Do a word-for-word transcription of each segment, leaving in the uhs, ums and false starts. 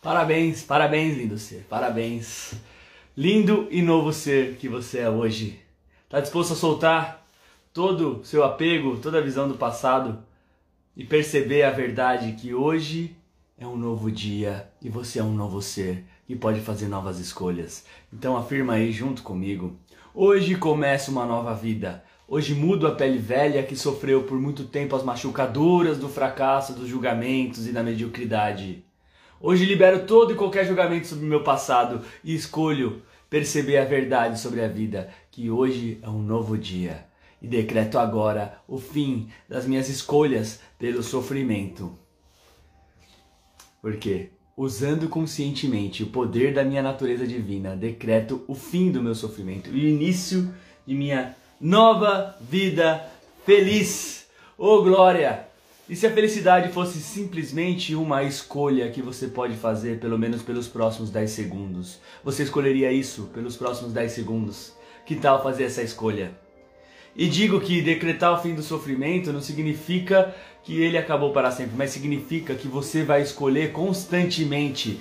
Parabéns, parabéns, lindo ser, parabéns. Lindo e novo ser que você é hoje. Tá disposto a soltar todo o seu apego, toda a visão do passado e perceber a verdade que hoje é um novo dia e você é um novo ser que pode fazer novas escolhas. Então afirma aí junto comigo. Hoje começa uma nova vida. Hoje mudo a pele velha que sofreu por muito tempo as machucaduras do fracasso, dos julgamentos e da mediocridade. Hoje libero todo e qualquer julgamento sobre o meu passado e escolho perceber a verdade sobre a vida, que hoje é um novo dia. E decreto agora o fim das minhas escolhas pelo sofrimento. Porque, usando conscientemente o poder da minha natureza divina, decreto o fim do meu sofrimento e o início de minha nova vida feliz. Ô glória! E se a felicidade fosse simplesmente uma escolha que você pode fazer pelo menos pelos próximos dez segundos? Você escolheria isso pelos próximos dez segundos? Que tal fazer essa escolha? E digo que decretar o fim do sofrimento não significa que ele acabou para sempre, mas significa que você vai escolher constantemente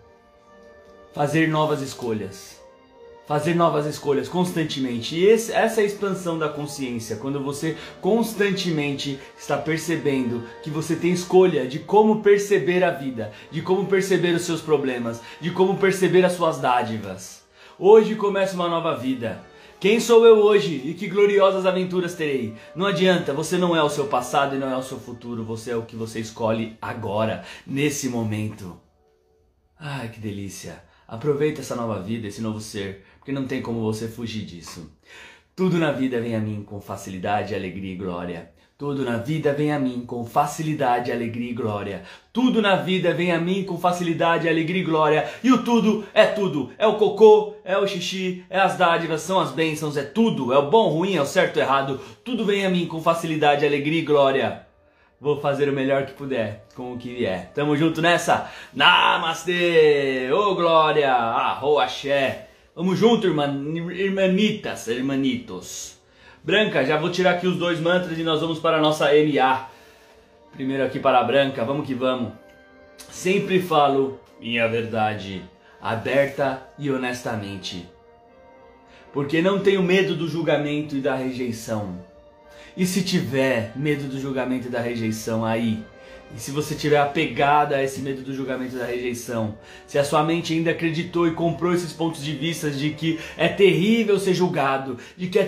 fazer novas escolhas. Fazer novas escolhas constantemente. E esse, essa é a expansão da consciência. Quando você constantemente está percebendo que você tem escolha de como perceber a vida, de como perceber os seus problemas, de como perceber as suas dádivas. Hoje começa uma nova vida. Quem sou eu hoje e que gloriosas aventuras terei? Não adianta, você não é o seu passado e não é o seu futuro. Você é o que você escolhe agora, nesse momento. Ai, que delícia. Aproveita essa nova vida, esse novo ser, porque não tem como você fugir disso. Tudo na vida vem a mim com facilidade, alegria e glória. Tudo na vida vem a mim com facilidade, alegria e glória. Tudo na vida vem a mim com facilidade, alegria e glória. E o tudo é tudo. É o cocô, é o xixi, é as dádivas, são as bênçãos, é tudo. É o bom, o ruim, é o certo, o errado. Tudo vem a mim com facilidade, alegria e glória. Vou fazer o melhor que puder, com o que vier. Tamo junto nessa? Namastê! Ô glória! Arro axé! Vamos junto, irman... irmanitas, irmanitos. Branca, já vou tirar aqui os dois mantras e nós vamos para a nossa M A. Primeiro aqui para a Branca, vamos que vamos. Sempre falo minha verdade, aberta e honestamente. Porque não tenho medo do julgamento e da rejeição. E se tiver medo do julgamento e da rejeição aí, e se você tiver apegada a esse medo do julgamento e da rejeição, se a sua mente ainda acreditou e comprou esses pontos de vista de que é terrível ser julgado, de que é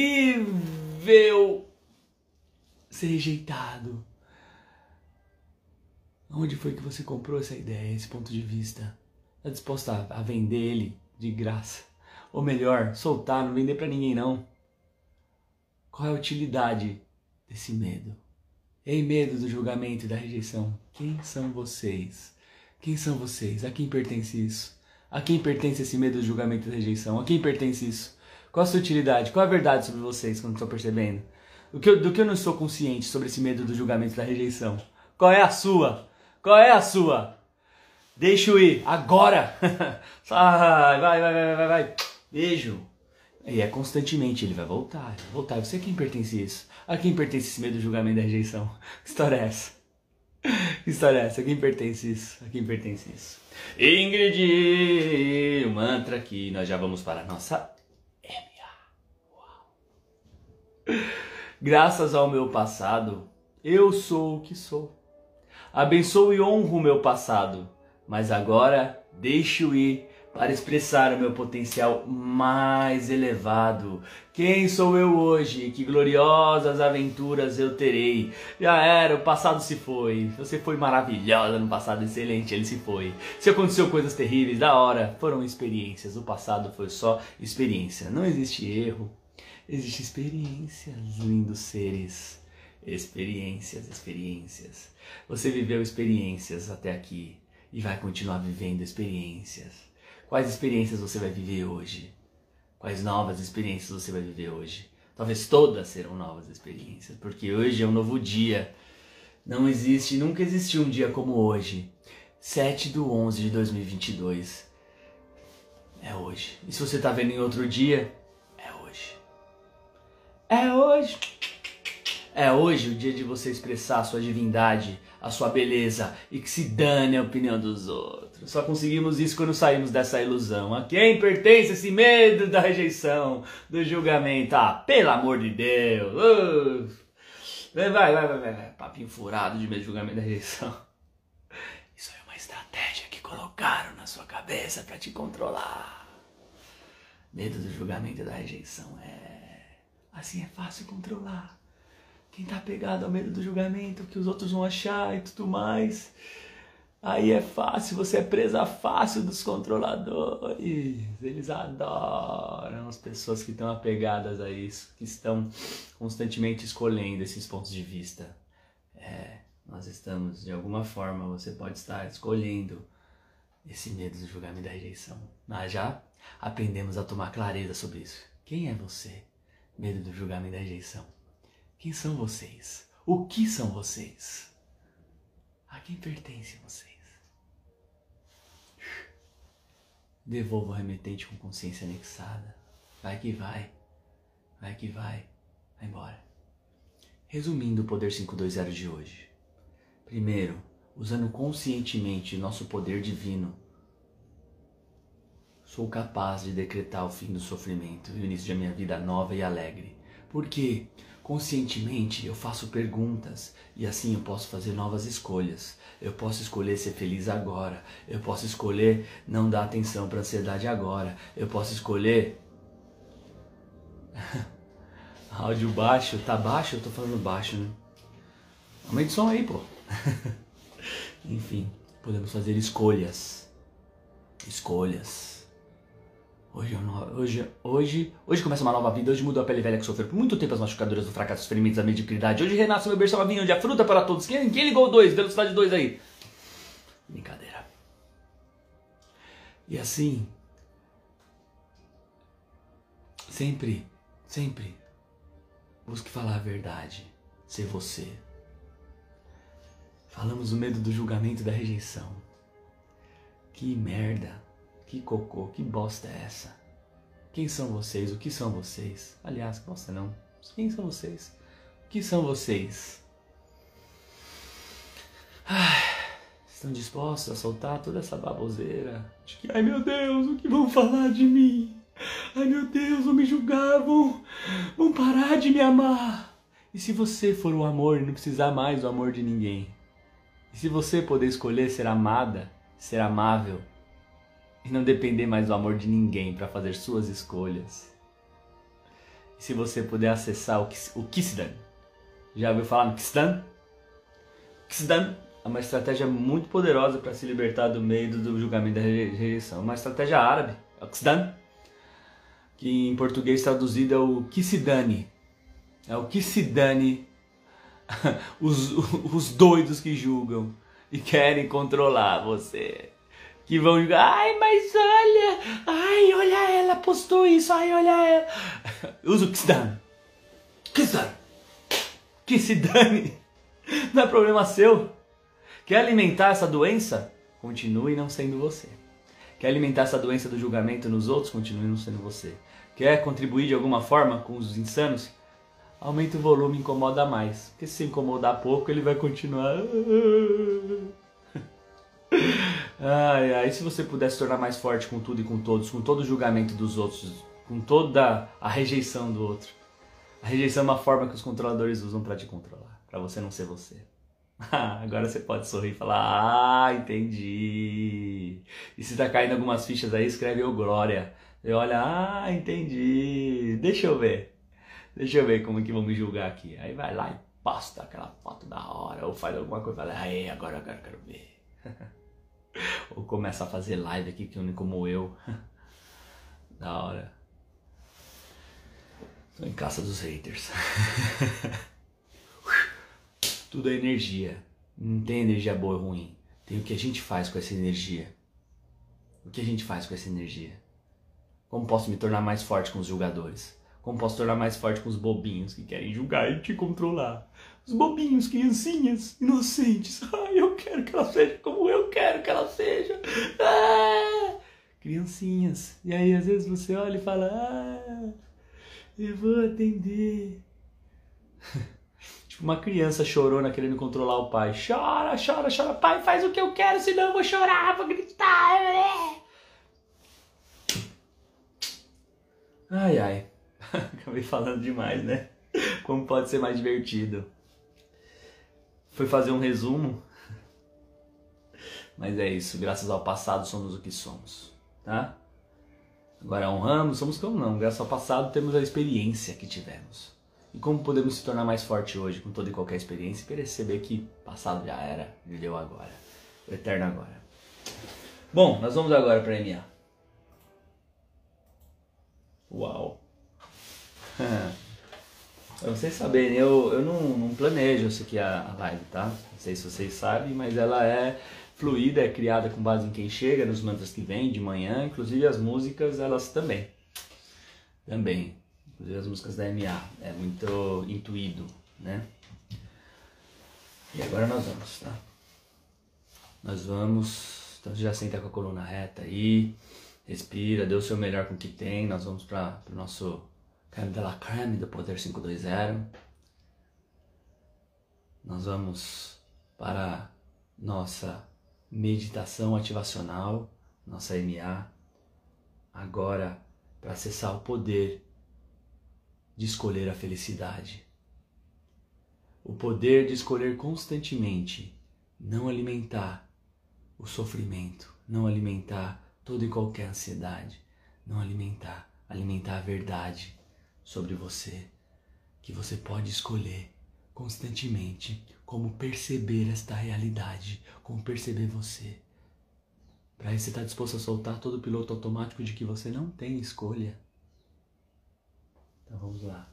terrível ser rejeitado, onde foi que você comprou essa ideia, esse ponto de vista? Está disposta a vender ele de graça? Ou melhor, soltar, não vender para ninguém não. Qual é a utilidade desse medo? Ei, medo do julgamento e da rejeição. Quem são vocês? Quem são vocês? A quem pertence isso? A quem pertence esse medo do julgamento e da rejeição? A quem pertence isso? Qual a sua utilidade? Qual a verdade sobre vocês quando estou percebendo? Do que, eu, do que eu não estou consciente sobre esse medo do julgamento e da rejeição? Qual é a sua? Qual é a sua? Deixa eu ir. Agora! Vai, vai, vai, vai, vai, vai. Beijo. E é constantemente, ele vai voltar, ele vai voltar. Você a quem pertence isso? A quem pertence esse medo do julgamento e da rejeição? Que história é essa? Que história é essa? A quem pertence isso? A quem pertence isso? Ingrid, o mantra aqui, nós já vamos para a nossa M A. Uau. Graças ao meu passado, eu sou o que sou. Abençoo e honro o meu passado, mas agora deixo ir para expressar o meu potencial mais elevado. Quem sou eu hoje? Que gloriosas aventuras eu terei. Já era, o passado se foi. Você foi maravilhosa no passado, excelente, ele se foi. Se aconteceu coisas terríveis, da hora, foram experiências. O passado foi só experiência. Não existe erro, existe experiências, lindos seres. Experiências, experiências. Você viveu experiências até aqui e vai continuar vivendo experiências. Quais experiências você vai viver hoje? Quais novas experiências você vai viver hoje? Talvez todas serão novas experiências, porque hoje é um novo dia. Não existe, nunca existiu um dia como hoje. sete de onze de dois mil e vinte e dois. É hoje. E se você está vendo em outro dia, é hoje. É hoje. É hoje o dia de você expressar a sua divindade, a sua beleza, e que se dane a opinião dos outros. Só conseguimos isso quando saímos dessa ilusão. A quem pertence esse medo da rejeição, do julgamento? Ah, pelo amor de Deus! Uh, vai, vai, vai, vai, vai. Papinho furado de medo do julgamento da rejeição. Isso é uma estratégia que colocaram na sua cabeça para te controlar. Medo do julgamento e da rejeição. É... Assim é fácil controlar. Quem tá apegado ao medo do julgamento, o que os outros vão achar e tudo mais... Aí é fácil, você é presa fácil dos controladores. Eles adoram as pessoas que estão apegadas a isso, que estão constantemente escolhendo esses pontos de vista. É, nós estamos, de alguma forma, você pode estar escolhendo esse medo do julgamento e da rejeição. Nós já aprendemos a tomar clareza sobre isso. Quem é você? Medo do julgamento e da rejeição. Quem são vocês? O que são vocês? A quem pertence vocês? Devolva o remetente com consciência anexada. Vai que vai. Vai que vai. Vai embora. Resumindo o Poder quinhentos e vinte de hoje. Primeiro, usando conscientemente nosso poder divino, sou capaz de decretar o fim do sofrimento e o início de minha vida nova e alegre. Por quê? Conscientemente eu faço perguntas e assim eu posso fazer novas escolhas. Eu posso escolher ser feliz agora. Eu posso escolher não dar atenção para a ansiedade agora. Eu posso escolher... Áudio baixo. Tá baixo? Eu tô falando baixo, né? Aumenta o som aí, pô. Enfim, podemos fazer escolhas. Escolhas. Hoje, hoje, hoje, hoje começa uma nova vida, hoje mudou a pele velha que sofreu por muito tempo as machucaduras do fracasso, os ferimentos da mediocridade. Hoje renasce meu berço vinha onde a fruta para todos. Quem, quem ligou dois? Velocidade dois aí. Brincadeira. E assim, sempre, sempre busque falar a verdade, ser você. Falamos do medo do julgamento e da rejeição. Que merda. Que cocô, que bosta é essa? Quem são vocês? O que são vocês? Aliás, que bosta não. Quem são vocês? O que são vocês? Ai, estão dispostos a soltar toda essa baboseira? De que, ai meu Deus, o que vão falar de mim? Ai meu Deus, vão me julgar, vão, vão parar de me amar. E se você for o amor e não precisar mais do amor de ninguém? E se você poder escolher ser amada, ser amável, e não depender mais do amor de ninguém para fazer suas escolhas. E se você puder acessar o, o Kissdan. Já ouviu falar no Kissdan? Kissdan é uma estratégia muito poderosa para se libertar do medo do julgamento da rejeição. Uma estratégia árabe, é o Kissdan, que em português traduzido é o que se dane. É o que se dane os, os doidos que julgam e querem controlar você. Que vão julgar, ai, mas olha, ai, olha ela, postou isso, ai, olha ela. Usa o que se dane. Que se dane. Que se dane. Não é problema seu. Quer alimentar essa doença? Continue não sendo você. Quer alimentar essa doença do julgamento nos outros? Continue não sendo você. Quer contribuir de alguma forma com os insanos? Aumenta o volume, incomoda mais. Porque se incomodar pouco, ele vai continuar... Ai, ai, se você puder se tornar mais forte com tudo e com todos, com todo o julgamento dos outros, com toda a rejeição do outro. A rejeição é uma forma que os controladores usam para te controlar, para você não ser você. Agora você pode sorrir e falar, ah, entendi. E se tá caindo algumas fichas aí, escreve ô glória. E olha, ah, entendi. Deixa eu ver. Deixa eu ver como que vão me julgar aqui. Aí vai lá e posta aquela foto da hora, ou faz alguma coisa e fala, aí, agora eu quero ver. Ou começa a fazer live aqui como eu. Da hora. Tô em caça dos haters. Tudo é energia. Não tem energia boa ou ruim. Tem o que a gente faz com essa energia. O que a gente faz com essa energia? Como posso me tornar mais forte com os julgadores? Como posso tornar mais forte com os bobinhos que querem julgar e te controlar? Os bobinhos, criancinhas, inocentes. Ai, eu quero que ela seja como eu quero que ela seja. Ah! Criancinhas. E aí, às vezes, você olha e fala, ah, eu vou atender. Tipo, Uma criança chorona querendo controlar o pai. Chora, chora, chora. Pai, faz o que eu quero, senão eu vou chorar, vou gritar. Ai, ai. Acabei falando demais, né? Como pode ser mais divertido. Fui fazer um resumo. Mas é isso. Graças ao passado somos o que somos. Tá? Agora honramos, somos como não. Graças ao passado temos a experiência que tivemos. E como podemos se tornar mais forte hoje com toda e qualquer experiência e perceber que passado já era, viveu agora, o eterno agora. Bom, nós vamos agora para M A. Uau! Pra vocês saberem, eu, eu não, não planejo isso aqui a, a live, tá? Não sei se vocês sabem, mas ela é fluida, é criada com base em quem chega, nos mantras que vem de manhã, inclusive as músicas, elas também. Também. Inclusive as músicas da M A, é muito intuído, né? E agora nós vamos, tá? Nós vamos, então já senta com a coluna reta aí, respira, dê o seu melhor com o que tem, nós vamos para o nosso creme de la creme do Poder cinco dois zero. Nós vamos para nossa meditação ativacional, nossa M A, agora para acessar o poder de escolher a felicidade. O poder de escolher constantemente não alimentar o sofrimento, não alimentar toda e qualquer ansiedade, não alimentar, alimentar a verdade sobre você, que você pode escolher constantemente como perceber esta realidade, como perceber você. Para isso você está disposto a soltar todo o piloto automático de que você não tem escolha. Então vamos lá.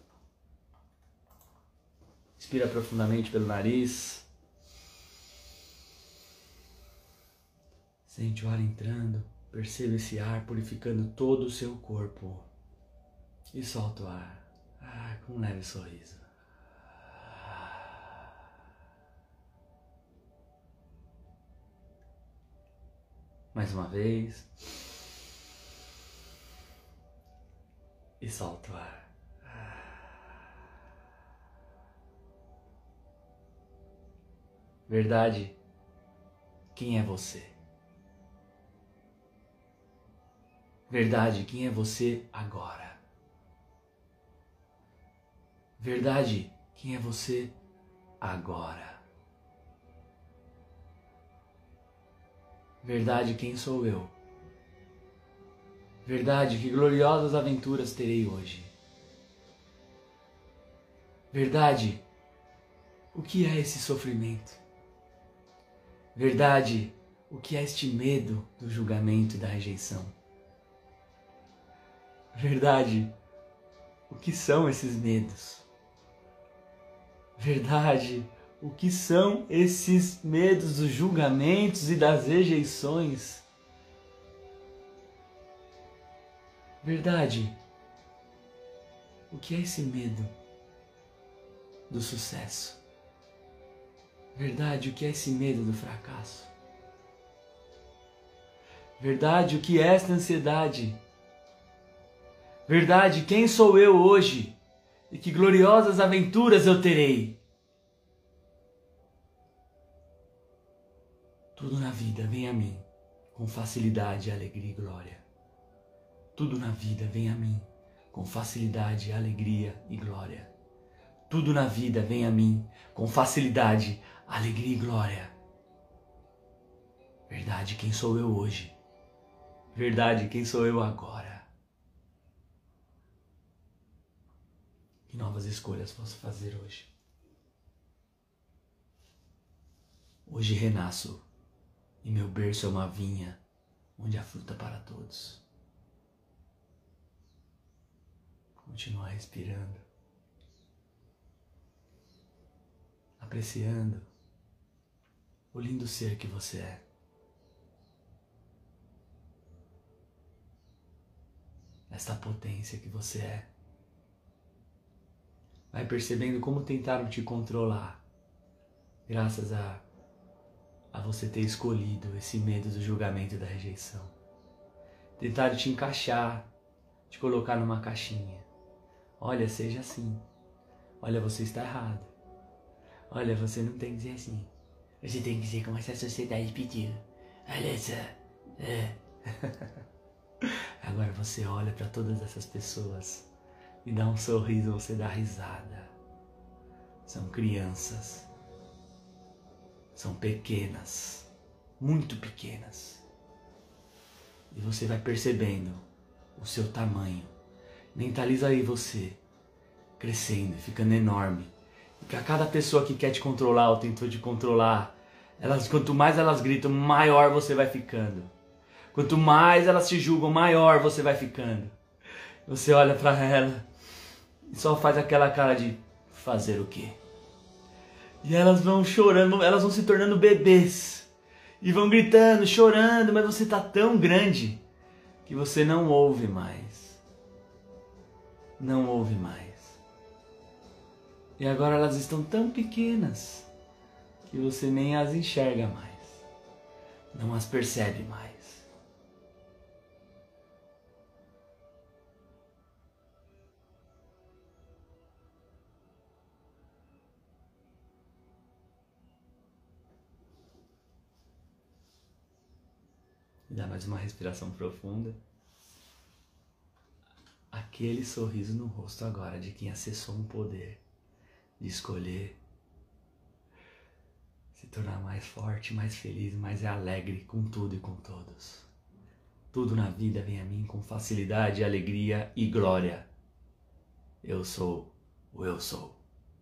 Inspira profundamente pelo nariz. Sente o ar entrando. Perceba esse ar purificando todo o seu corpo. E solta o ar. Ah, com um leve sorriso. Mais uma vez. E solta o ar. Verdade, quem é você? Verdade, quem é você agora? Verdade, quem é você agora? Verdade, quem sou eu? Verdade, que gloriosas aventuras terei hoje? Verdade, o que é esse sofrimento? Verdade, o que é este medo do julgamento e da rejeição? Verdade, o que são esses medos? Verdade, o que são esses medos dos julgamentos e das rejeições? Verdade, o que é esse medo do sucesso? Verdade, o que é esse medo do fracasso? Verdade, o que é esta ansiedade? Verdade, quem sou eu hoje? E que gloriosas aventuras eu terei? Tudo na vida vem a mim com facilidade, alegria e glória. Tudo na vida vem a mim com facilidade, alegria e glória. Tudo na vida vem a mim com facilidade, alegria e glória. Verdade, quem sou eu hoje? Verdade, quem sou eu agora? Que novas escolhas posso fazer hoje? Hoje renasço e meu berço é uma vinha onde há fruta para todos. Continua respirando, apreciando o lindo ser que você é. Esta potência que você é. Vai percebendo como tentaram te controlar, graças a, a você ter escolhido esse medo do julgamento e da rejeição. Tentaram te encaixar, te colocar numa caixinha. Olha, seja assim. Olha, você está errado. Olha, você não tem que dizer assim. Você tem que dizer como essa sociedade pediu. Olha só. É. Agora você olha para todas essas pessoas e dá um sorriso, você dá risada. São crianças. São pequenas. Muito pequenas. E você vai percebendo o seu tamanho. Mentaliza aí você crescendo, ficando enorme. E para cada pessoa que quer te controlar ou tentou te controlar, elas, quanto mais elas gritam, maior você vai ficando. Quanto mais elas te julgam, maior você vai ficando. Você olha para ela e só faz aquela cara de fazer o quê? E elas vão chorando, elas vão se tornando bebês. E vão gritando, chorando, mas você tá tão grande que você não ouve mais. Não ouve mais. E agora elas estão tão pequenas que você nem as enxerga mais. Não as percebe mais. Dá mais uma respiração profunda. Aquele sorriso no rosto agora de quem acessou um poder de escolher se tornar mais forte, mais feliz, mais alegre com tudo e com todos. Tudo na vida vem a mim com facilidade, alegria e glória. Eu sou o eu sou.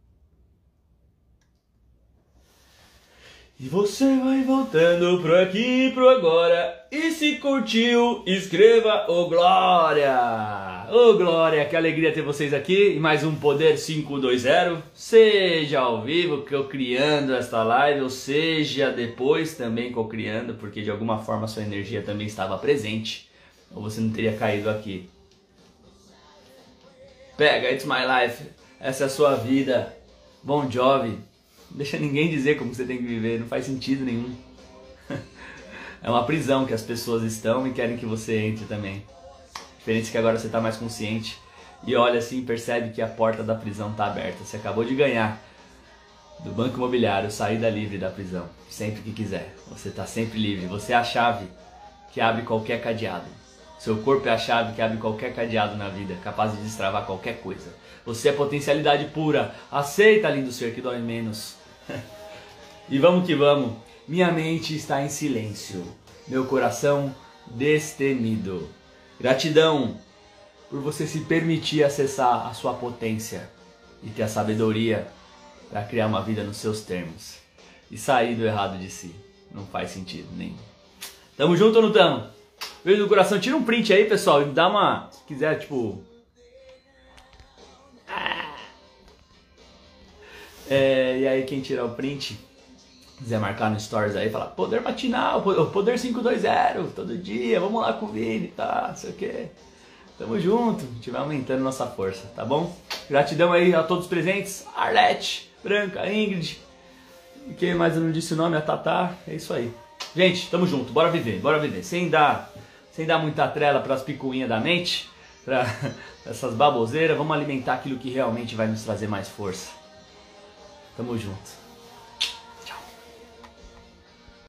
E você vai voltando pro aqui e pro agora. E se curtiu, escreva ô oh, glória! Ô oh, glória, que alegria ter vocês aqui. E mais um Poder cinco dois zero. Seja ao vivo que eu criando esta live, ou seja depois também que eu criando, porque de alguma forma a sua energia também estava presente. Ou você não teria caído aqui. Pega, it's my life. Essa é a sua vida. Bon Jovi. Não deixa ninguém dizer como você tem que viver, não faz sentido nenhum. É uma prisão que as pessoas estão e querem que você entre também. Diferente que agora você está mais consciente e olha assim e percebe que a porta da prisão está aberta. Você acabou de ganhar do Banco Imobiliário saída livre da prisão, sempre que quiser. Você está sempre livre, você é a chave que abre qualquer cadeado. Seu corpo é a chave que abre qualquer cadeado na vida, capaz de destravar qualquer coisa. Você é potencialidade pura. Aceita, lindo ser, que dói menos. E vamos que vamos. Minha mente está em silêncio. Meu coração destemido. Gratidão por você se permitir acessar a sua potência e ter a sabedoria para criar uma vida nos seus termos. E sair do errado de si. Não faz sentido nenhum. Tamo junto ou não tamo? Beijo no coração. Tira um print aí, pessoal. E dá uma... Se quiser, tipo... É, e aí quem tirar o print, quiser marcar no stories aí, falar Poder Matinal, Poder cinco dois zero, todo dia, vamos lá com o Vini, tá, não sei o que. Tamo junto, a gente vai aumentando nossa força, tá bom? Gratidão aí a todos os presentes, Arlete, Branca, Ingrid, e quem mais eu não disse o nome, a Tatá, é isso aí. Gente, tamo junto, bora viver, bora viver, sem dar, sem dar muita trela pras picuinhas da mente, pra essas baboseiras, vamos alimentar aquilo que realmente vai nos trazer mais força. Tamo junto.